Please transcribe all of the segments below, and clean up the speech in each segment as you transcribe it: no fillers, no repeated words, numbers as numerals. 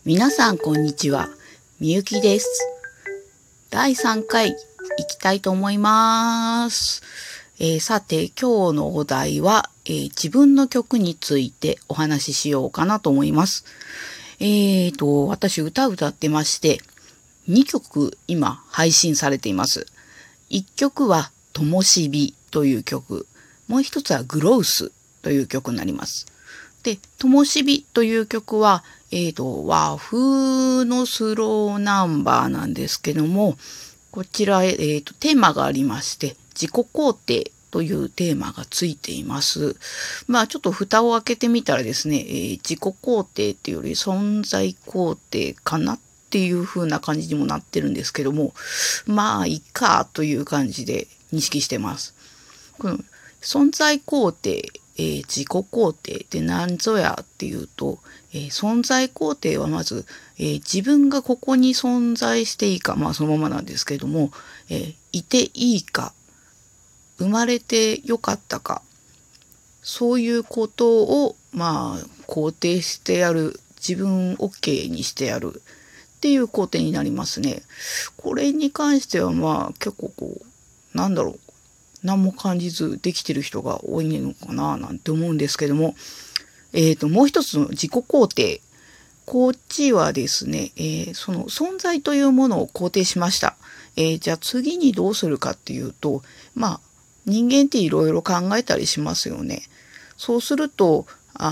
皆さんこんにちは、みゆきです。第3回行きたいと思います。さて今日のお題は、自分の曲についてお話ししようかなと思います。私歌ってまして、2曲今配信されています。1曲はともしびという曲、もう一つはグロウスという曲になります。で、ともしびという曲は、和風のスローナンバーなんですけども、こちら、テーマがありまして、自己肯定というテーマがついています。ちょっと蓋を開けてみたらですね、自己肯定っていうより存在肯定かなっていう風な感じにもなってるんですけども、いいかという感じで認識してます。この存在肯定、自己肯定って何ぞやっていうと、存在肯定はまず、自分がここに存在していいか、そのままなんですけれども、いていいか、生まれてよかったか、そういうことを肯定してやる、自分 OK にしてやるっていう肯定になりますね。これに関しては結構何も感じずできてる人が多いのかななんて思うんですけども、もう一つの自己肯定。こっちはですね、その存在というものを肯定しました。じゃあ次にどうするかっていうと、人間っていろいろ考えたりしますよね。そうすると、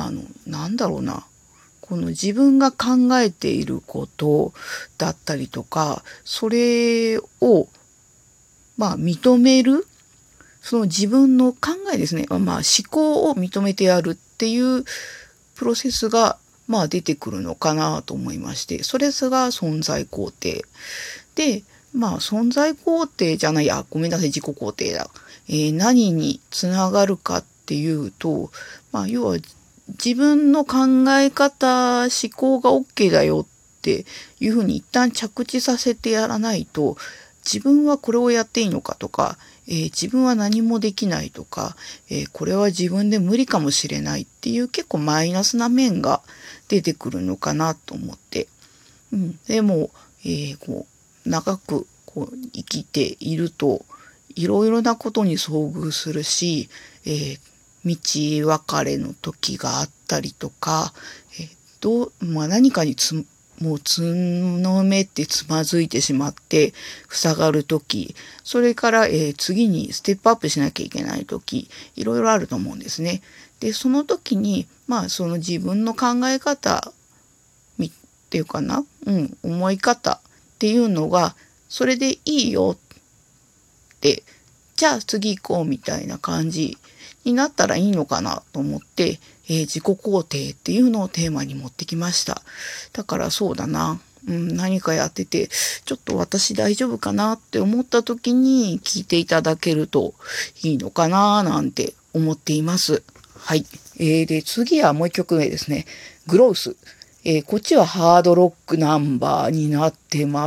この自分が考えていることだったりとか、それを、認める、その自分の考えですね、思考を認めてやるっていうプロセスが、出てくるのかなと思いまして、それが存在肯定。で、存在肯定じゃない、ごめんなさい、自己肯定だ。何につながるかっていうと、要は自分の考え方、思考が OK だよっていうふうに一旦着地させてやらないと、自分はこれをやっていいのかとか、自分は何もできないとか、これは自分で無理かもしれないっていう結構マイナスな面が出てくるのかなと思って。でも、長く生きているといろいろなことに遭遇するし、道別れの時があったりとか、何かにもうつんのめってつまずいてしまって塞がる時、それから、次にステップアップしなきゃいけない時、いろいろあると思うんですね。で、その時にその自分の考え方っていうかな、思い方っていうのがそれでいいよって、じゃあ次行こうみたいな感じになったらいいのかなと思って、自己肯定っていうのをテーマに持ってきました。だからそうだな、何かやっててちょっと私大丈夫かなって思った時に聞いていただけるといいのかななんて思っています。はい。で次はもう一曲目ですね。グロース。こっちはハードロックナンバーになってます。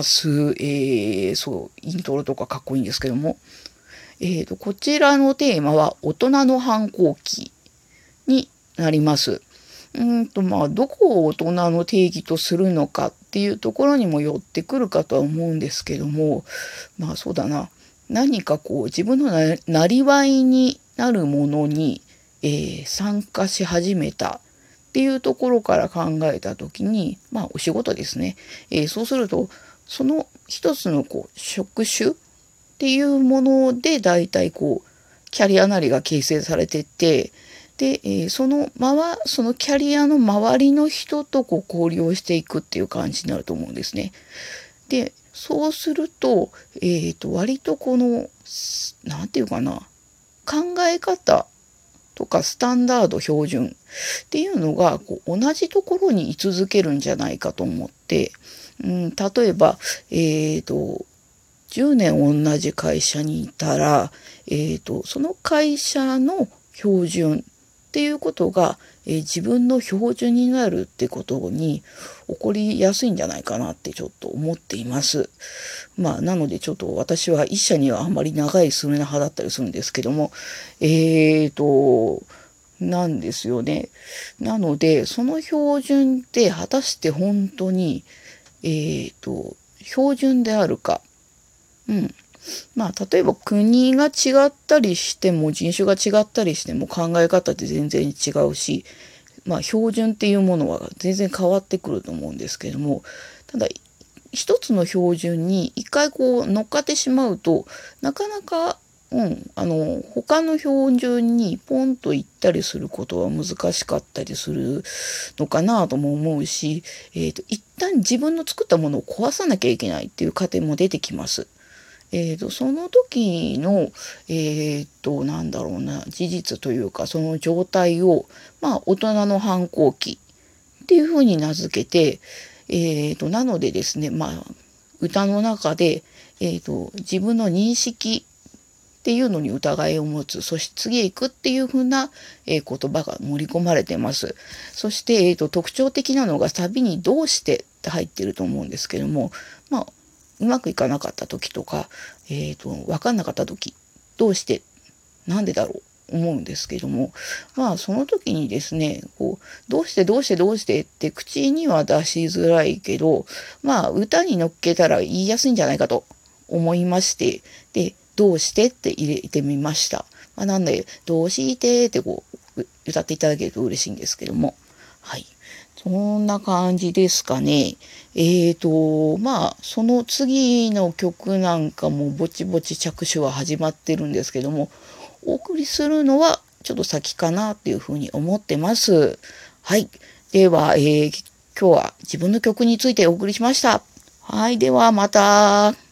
イントロとかかっこいいんですけども。こちらのテーマは大人の反抗期になります。どこを大人の定義とするのかっていうところにも寄ってくるかとは思うんですけども、そうだな。何か自分のなりわいになるものに、参加し始めたっていうところから考えた時に、お仕事ですね。そうすると、その一つの職種っていうもので大体キャリアなりが形成されてて、で、そのキャリアの周りの人と交流をしていくっていう感じになると思うんですね。で、そうすると、割となんていうかな、考え方とかスタンダード標準っていうのが同じところに居続けるんじゃないかと思って、例えば、10年同じ会社にいたら、その会社の標準っていうことが、自分の標準になるってことに起こりやすいんじゃないかなってちょっと思っています。なのでちょっと私は一社にはあんまり長い数年派だったりするんですけども、 なんですよね。なので、その標準って果たして本当に、標準であるか。うん。まあ、例えば国が違ったりしても、人種が違ったりしても考え方って全然違うし、まあ、標準っていうものは全然変わってくると思うんですけども、ただ、一つの標準に一回こう乗っかってしまうと、なかなか、他の標準にポンと行ったりすることは難しかったりするのかなとも思うし、一旦自分の作ったものを壊さなきゃいけないっていう過程も出てきます。その時の、なんだろうな、事実というか、その状態を、まあ、大人の反抗期っていうふうに名付けて、なのでですね、まあ、歌の中で、自分の認識っていうのに疑いを持つ、そして次へ行くっていうふうな、言葉が盛り込まれてます。そして、特徴的なのがサビにどうしてって入ってると思うんですけども、まあ、うまくいかなかった時とか、わかんなかった時、どうして、なんでだろう、思うんですけども、まあ、その時にですね、こう、どうしてどうしてどうしてって口には出しづらいけど、まあ、歌に乗っけたら言いやすいんじゃないかと思いまして、で、どうしてって入れてみました。まあ、なんで、どうしてってこう、歌っていただけると嬉しいんですけども。はい。そんな感じですかね。まあ、その次の曲なんかもぼちぼち着手は始まってるんですけども、お送りするのはちょっと先かなっていうふうに思ってます。はい。では、今日は自分の曲についてお送りしました。はい。ではまた。